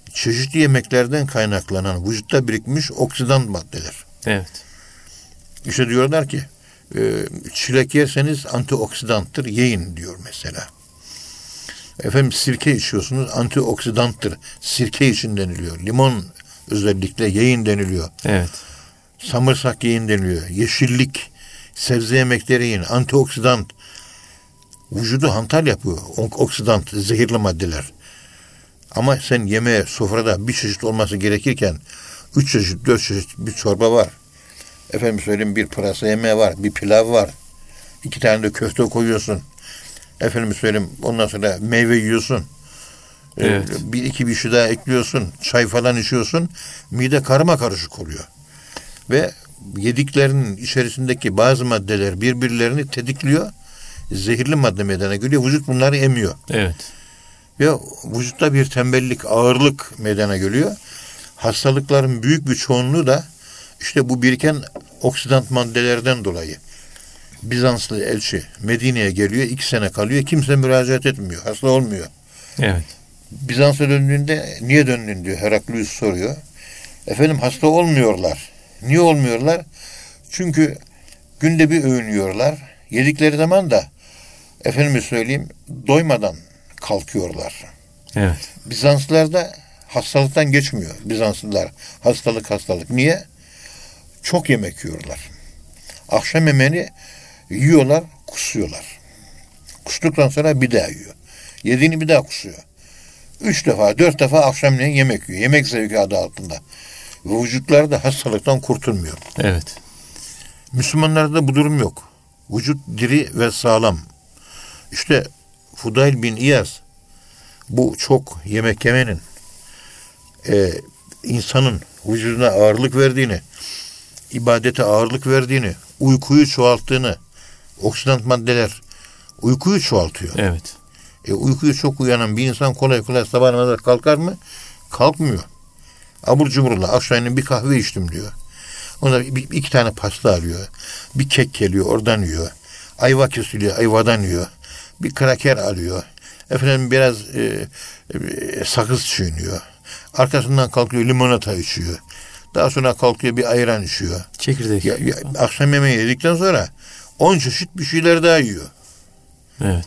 çeşitli yemeklerden kaynaklanan vücutta birikmiş oksidant maddeler. Evet. İşte diyorlar ki çilek yerseniz antioksidanttır, yiyin diyor mesela. Efendim sirke içiyorsunuz, antioksidanttır, sirke için deniliyor. Limon özellikle yiyin deniliyor. Evet. Samırsak yiyin deniliyor. Yeşillik, sebze yemekleri yiyin, antioksidant. Vücudu hantal yapıyor. Oksidant, zehirli maddeler. Ama sen yemeğe, sofrada bir çeşit olması gerekirken 3 çeşit, 4 çeşit bir çorba var. Efendim söyleyeyim, bir pırasa yemeği var, bir pilav var. 2 tane de köfte koyuyorsun. Efendim söyleyeyim, ondan sonra meyve yiyorsun. Evet. Bir iki bir şey daha ekliyorsun. Çay falan içiyorsun. Mide karma karışık oluyor. Ve yediklerinin içerisindeki bazı maddeler birbirlerini tetikliyor. Zehirli madde meydana geliyor. Vücut bunları emiyor. Evet. Ve vücutta bir tembellik, ağırlık meydana geliyor. Hastalıkların büyük bir çoğunluğu da işte bu biriken oksidant maddelerden dolayı. Bizanslı elçi Medine'ye geliyor, 2 sene kalıyor, kimse müracaat etmiyor, hasta olmuyor. Evet. Bizans'a döndüğünde niye döndün diyor, Heraklius soruyor. Efendim hasta olmuyorlar. Niye olmuyorlar? Çünkü günde bir öğün yiyorlar. Yedikleri zaman da efendime söyleyeyim doymadan kalkıyorlar. Evet. Bizanslılar da hastalıktan geçmiyor. Bizanslılar hastalık. Niye? Çok yemek yiyorlar. Akşam yemeğini yiyorlar, kusuyorlar. Kustuktan sonra bir daha yiyor. Yediğini bir daha kusuyor. 3 defa, 4 defa akşamleyin yemek yiyor. Yemek zevki adı altında. Ve vücutları da hastalıktan kurtulmuyor. Evet. Müslümanlarda bu durum yok. Vücut diri ve sağlam. İşte Fudayl bin İyaz bu çok yemek yemenin insanın vücuduna ağırlık verdiğini, ibadete ağırlık verdiğini, uykuyu çoğalttığını, oksidant maddeler uykuyu çoğaltıyor. Evet. Uykuyu çok uyanan bir insan kolay kolay sabah namazına kalkar mı? Kalkmıyor. Abur cuburla aşağıya bir kahve içtim diyor. Ona 2 tane pasta alıyor. Bir kek geliyor, oradan yiyor. Ayva kesiliyor, ayvadan yiyor. Bir kraker alıyor. Efendim biraz sakız çiğniyor. Arkasından kalkıyor, limonata içiyor. Daha sonra kalkıyor, bir ayran içiyor. Çekirdek. Akşam yemeği yedikten sonra 10 çeşit bir şeyler daha yiyor. Evet.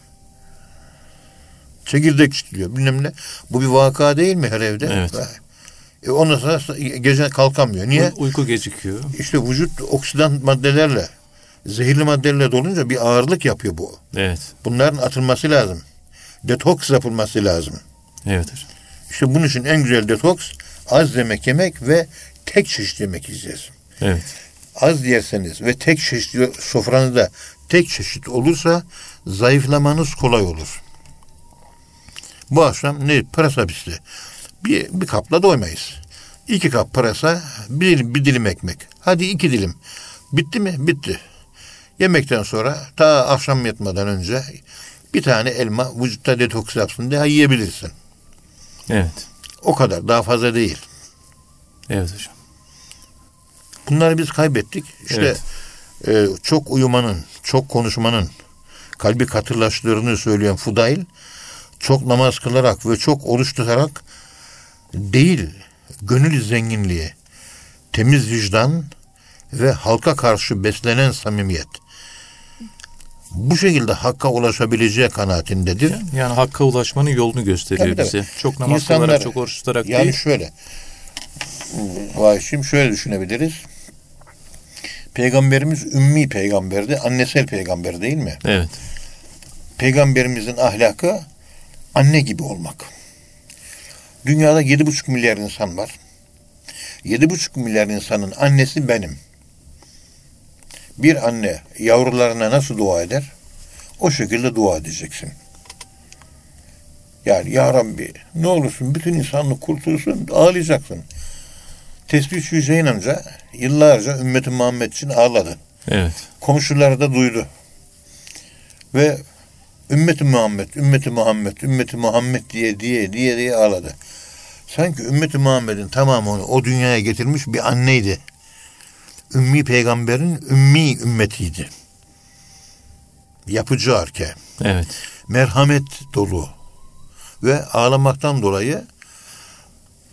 Çekirdek çitiliyor, bilmem ne. Bu bir vaka değil mi her evde? Evet. Ondan sonra gece kalkamıyor. Niye? Uyku gecikiyor. İşte vücut oksidant maddelerle, zehirli maddelerle dolunca bir ağırlık yapıyor bu. Evet. Bunların atılması lazım. Detoks yapılması lazım. Evet hocam. İşte bunun için en güzel detoks az yemek ve tek çeşit yemek yiyeceğiz. Evet. Az yerseniz ve tek çeşit sofranızda tek çeşit olursa zayıflamanız kolay olur. Bu akşam ne? Pırasa pisti. Bir kapla doymayız. 2 kap pırasa, bir dilim ekmek. Hadi 2 dilim. Bitti mi? Bitti. Yemekten sonra ta akşam yatmadan önce bir tane elma vücutta detoks yapsın diye yiyebilirsin. Evet. O kadar. Daha fazla değil. Evet hocam. Bunları biz kaybettik. İşte çok uyumanın, çok konuşmanın kalbi katılaştığını söyleyen Fudayl, çok namaz kılarak ve çok oruç tutarak değil, gönül zenginliği, temiz vicdan ve halka karşı beslenen samimiyet. Bu şekilde hakka ulaşabileceği kanaatindedir. Yani hakka ulaşmanın yolunu gösteriyor Tabii. bize. Çok namaz İnsanlar, kılarak, çok oruç tutarak yani değil. şöyle, şimdi şöyle düşünebiliriz. Peygamberimiz ümmi peygamberdi, annesel peygamber değil mi? Evet. Peygamberimizin ahlakı anne gibi olmak. Dünyada 7,5 milyar insan var. 7,5 milyar insanın annesi benim. Bir anne yavrularına nasıl dua eder? O şekilde dua edeceksin. Yani ya Rabbi ne olursun bütün insanlık kurtulsun, ağlayacaksın. Tesbihçi Hüseyin amca yıllarca ümmeti Muhammed için ağladı. Evet. Komşuları da duydu. Ve ümmeti Muhammed diye ağladı. Sanki ümmeti Muhammed'in tamamını o dünyaya getirmiş bir anneydi. Ümmi peygamberin ümmi ümmetiydi. Yapıcı arke. Evet. Merhamet dolu. Ve ağlamaktan dolayı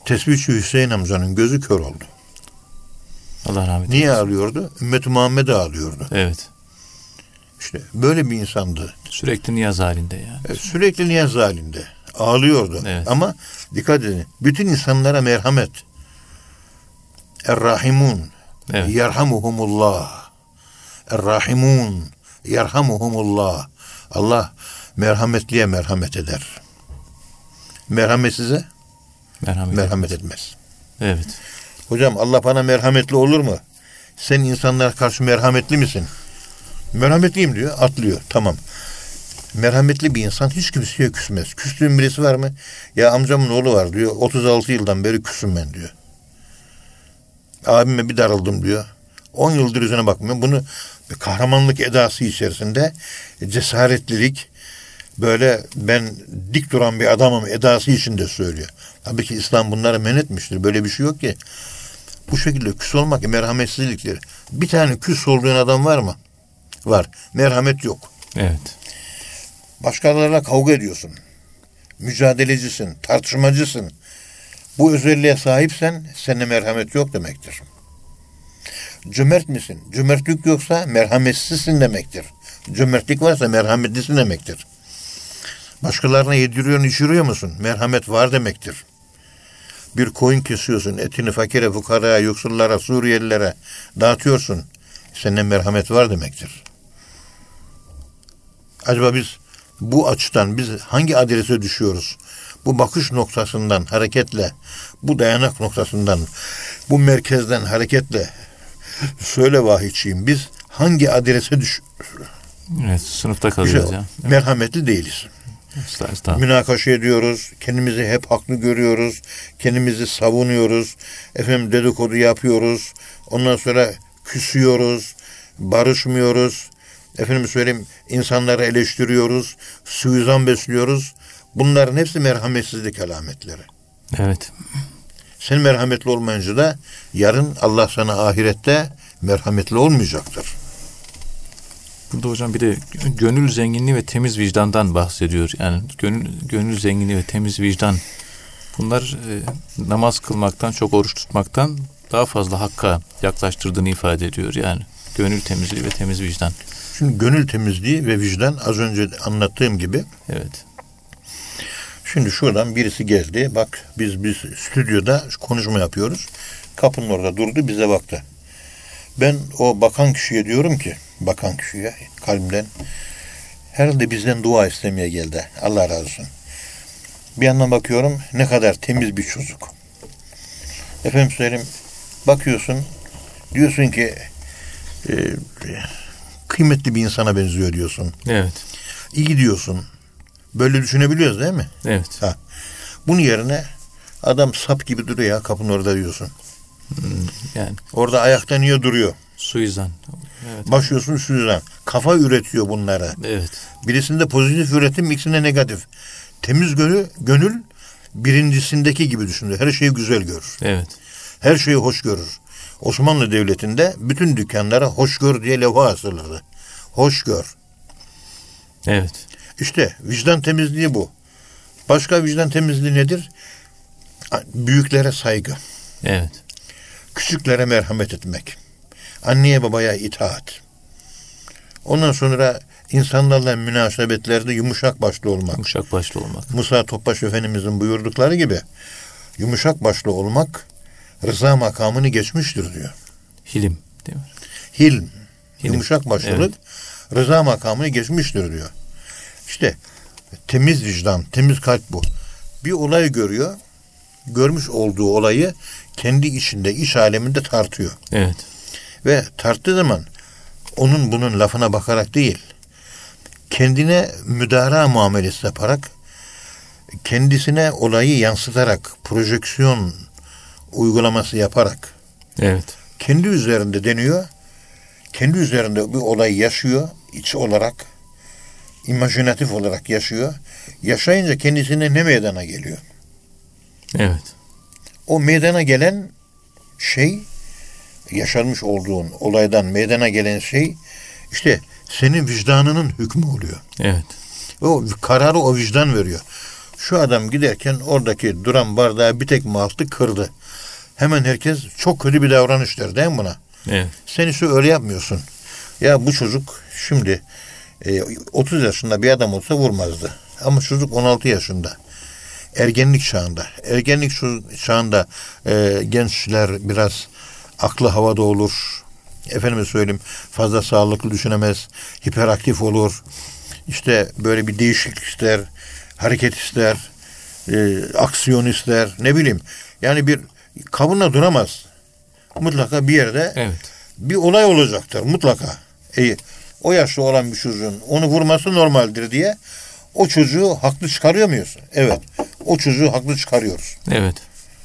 Tesbihçi Hüseyin amcanın gözü kör oldu. Allah rahmet eylesin. Niye ağlıyordu? Ümmeti Muhammed'e ağlıyordu. Evet. İşte böyle bir insandı. Sürekli niyaz halinde yani. Sürekli niyaz halinde. Ağlıyordu. Evet. Ama dikkat edin. Bütün insanlara merhamet. Er-Rahimun. Evet. Yerhamuhumullah. Er-Rahimun. Yerhamuhumullah. Allah merhametliye merhamet eder. Merhametsize merhamet etmez. Evet. Hocam Allah bana merhametli olur mu? Sen insanlara karşı merhametli misin? Merhametliyim diyor, atlıyor. Tamam. Merhametli bir insan hiç kimseye küsmez. Küstüğün birisi var mı? Ya amcamın oğlu var diyor. 36 yıldan beri küsüm ben diyor. Abime bir darıldım diyor. 10 yıldır yüzüne bakmıyor. Bunu kahramanlık edası içerisinde cesaretlilik, böyle ben dik duran bir adamım edası içinde söylüyor. Tabii ki İslam bunlara men etmiştir. Böyle bir şey yok ki. Bu şekilde küs olmak merhametsizliktir. Bir tane küs olduğun adam var mı? Var. Merhamet yok. Evet. Başkalarıyla kavga ediyorsun. Mücadelecisin, tartışmacısın. Bu özelliğe sahipsen seninle merhamet yok demektir. Cömert misin? Cömertlik yoksa merhametsizsin demektir. Cömertlik varsa merhametlisin demektir. Başkalarına yediriyorsun, içiriyor musun? Merhamet var demektir. Bir koyun kesiyorsun, etini fakire, fukaraya, yoksullara, Suriyelilere dağıtıyorsun. Seninle merhamet var demektir. Acaba biz bu açıdan biz hangi adrese düşüyoruz? Bu bakış noktasından hareketle, bu dayanak noktasından, bu merkezden hareketle söyle vahiyçiyim, biz hangi adrese düşüyoruz? Evet, sınıfta kalıyoruz ya. Merhametli değiliz. Estağfurullah. Münakaşa ediyoruz. Kendimizi hep haklı görüyoruz. Kendimizi savunuyoruz. Efendim dedikodu yapıyoruz. Ondan sonra küsüyoruz. Barışmıyoruz. Efendim söyleyeyim, insanları eleştiriyoruz. Suizan besliyoruz. Bunların hepsi merhametsizlik alametleri. Evet. Sen merhametli olmayınca da yarın Allah sana ahirette merhametli olmayacaktır. Burada hocam bir de gönül zenginliği ve temiz vicdandan bahsediyor. Yani gönül zenginliği ve temiz vicdan, bunlar namaz kılmaktan, çok oruç tutmaktan daha fazla hakka yaklaştırdığını ifade ediyor. Yani gönül temizliği ve temiz vicdan. Şimdi gönül temizliği ve vicdan az önce anlattığım gibi. Evet. Şimdi şuradan birisi geldi. Bak biz stüdyoda konuşma yapıyoruz. Kapının orada durdu, bize baktı. Ben o bakan kişiye diyorum ki, bakan kişiye kalbimden, herhalde bizden dua istemeye geldi. Allah razı olsun. Bir yandan bakıyorum, ne kadar temiz bir çocuk. Efendim söyleyeyim, bakıyorsun, diyorsun ki kıymetli bir insana benziyor diyorsun. Evet. İyi diyorsun. Böyle düşünebiliyoruz değil mi? Evet. Ha. Bunun yerine adam sap gibi duruyor ya kapının orada diyorsun. Yani Orada ayakta niye duruyor? suizan. Evet. Başlıyorsun suizan. Kafa üretiyor bunları. Evet. Birisinde pozitif üretim, ikisinde negatif. Temiz gönül birincisindeki gibi düşünür. Her şeyi güzel görür. Evet. Her şeyi hoş görür. Osmanlı Devleti'nde bütün dükkanlara hoş gör diye levha asılırdı. Hoş gör. Evet. İşte vicdan temizliği bu. Başka vicdan temizliği nedir? Büyüklere saygı. Evet. Küçüklere merhamet etmek. Anneye babaya itaat. Ondan sonra insanlarla münasebetlerde yumuşak başlı olmak. Yumuşak başlı olmak. Musa Topbaş Efendimizin buyurdukları gibi yumuşak başlı olmak rıza makamını geçmiştir diyor. Hilim, değil mi? Hilm. Yumuşak başlılık rıza makamını geçmiştir diyor. İşte temiz vicdan, temiz kalp bu. Bir olay görüyor, görmüş olduğu olayı kendi içinde, iç aleminde tartıyor. Evet. Ve tarttığı zaman onun bunun lafına bakarak değil, kendine müdara muamelesi yaparak, kendisine olayı yansıtarak, projeksiyon uygulaması yaparak, Evet. kendi üzerinde deniyor, kendi üzerinde bir olay yaşıyor, iç olarak, imajinatif olarak yaşıyor. Yaşayınca kendisine ne meydana geliyor? Evet. O meydana gelen şey, yaşanmış olduğun olaydan meydana gelen şey, işte senin vicdanının hükmü oluyor. Evet. O kararı o vicdan veriyor. Şu adam giderken oradaki duran bardağı bir tekme attı, kırdı. Hemen herkes çok kötü bir davranış der değil mi buna? Evet. Sen ise öyle yapmıyorsun. Ya bu çocuk şimdi 30 yaşında bir adam olsa vurmazdı. Ama çocuk 16 yaşında. Ergenlik çağında. Ergenlik çağında gençler biraz aklı havada olur. Efendime söyleyeyim, fazla sağlıklı düşünemez. Hiperaktif olur. İşte böyle bir değişiklik ister. Hareket ister. Aksiyon ister. Ne bileyim. Yani bir kabına duramaz. Mutlaka bir yerde Evet. bir olay olacaktır. Mutlaka. O yaşta olan bir çocuğun onu vurması normaldir diye o çocuğu haklı çıkarıyor muyuz? Evet. O çocuğu haklı çıkarıyoruz. Evet.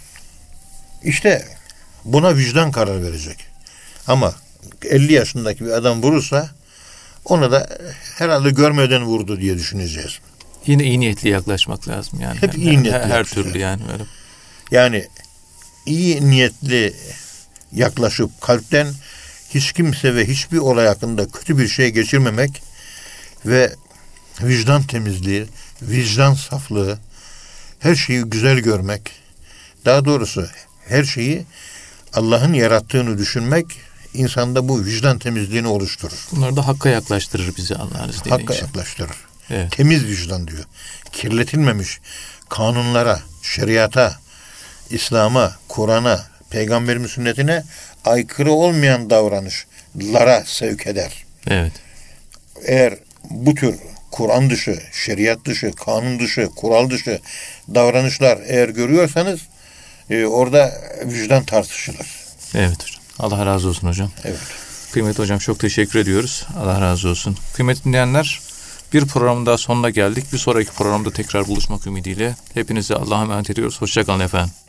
İşte buna vicdan karar verecek. Ama 50 yaşındaki bir adam vurursa ona da herhalde görmeden vurdu diye düşüneceğiz. Yine iyi niyetli yaklaşmak lazım yani. Hep iyi niyetli her yaklaşmak. türlü yani öyle. Yani iyi niyetli yaklaşıp kalpten hiç kimse ve hiçbir olay hakkında kötü bir şey geçirmemek ve vicdan temizliği, vicdan saflığı, her şeyi güzel görmek, daha doğrusu her şeyi Allah'ın yarattığını düşünmek insanda bu vicdan temizliğini oluşturur. Bunlar da hakka yaklaştırır bizi Allah'ın izniyle. Hakka yaklaştırır. Evet. Temiz vicdan diyor. Kirletilmemiş kanunlara, şeriata, İslam'a, Kur'an'a, Peygamberin sünnetine aykırı olmayan davranışlara sevk eder. Evet. Eğer bu tür Kur'an dışı, şeriat dışı, kanun dışı, kural dışı davranışlar eğer görüyorsanız orada vicdan tartışılır. Evet hocam. Allah razı olsun hocam. Evet. Kıymetli hocam çok teşekkür ediyoruz. Allah razı olsun. Kıymetli dinleyenler, bir programın daha sonuna geldik. Bir sonraki programda tekrar buluşmak ümidiyle hepinize Allah'a emanet ediyoruz. Hoşça kalın efendim.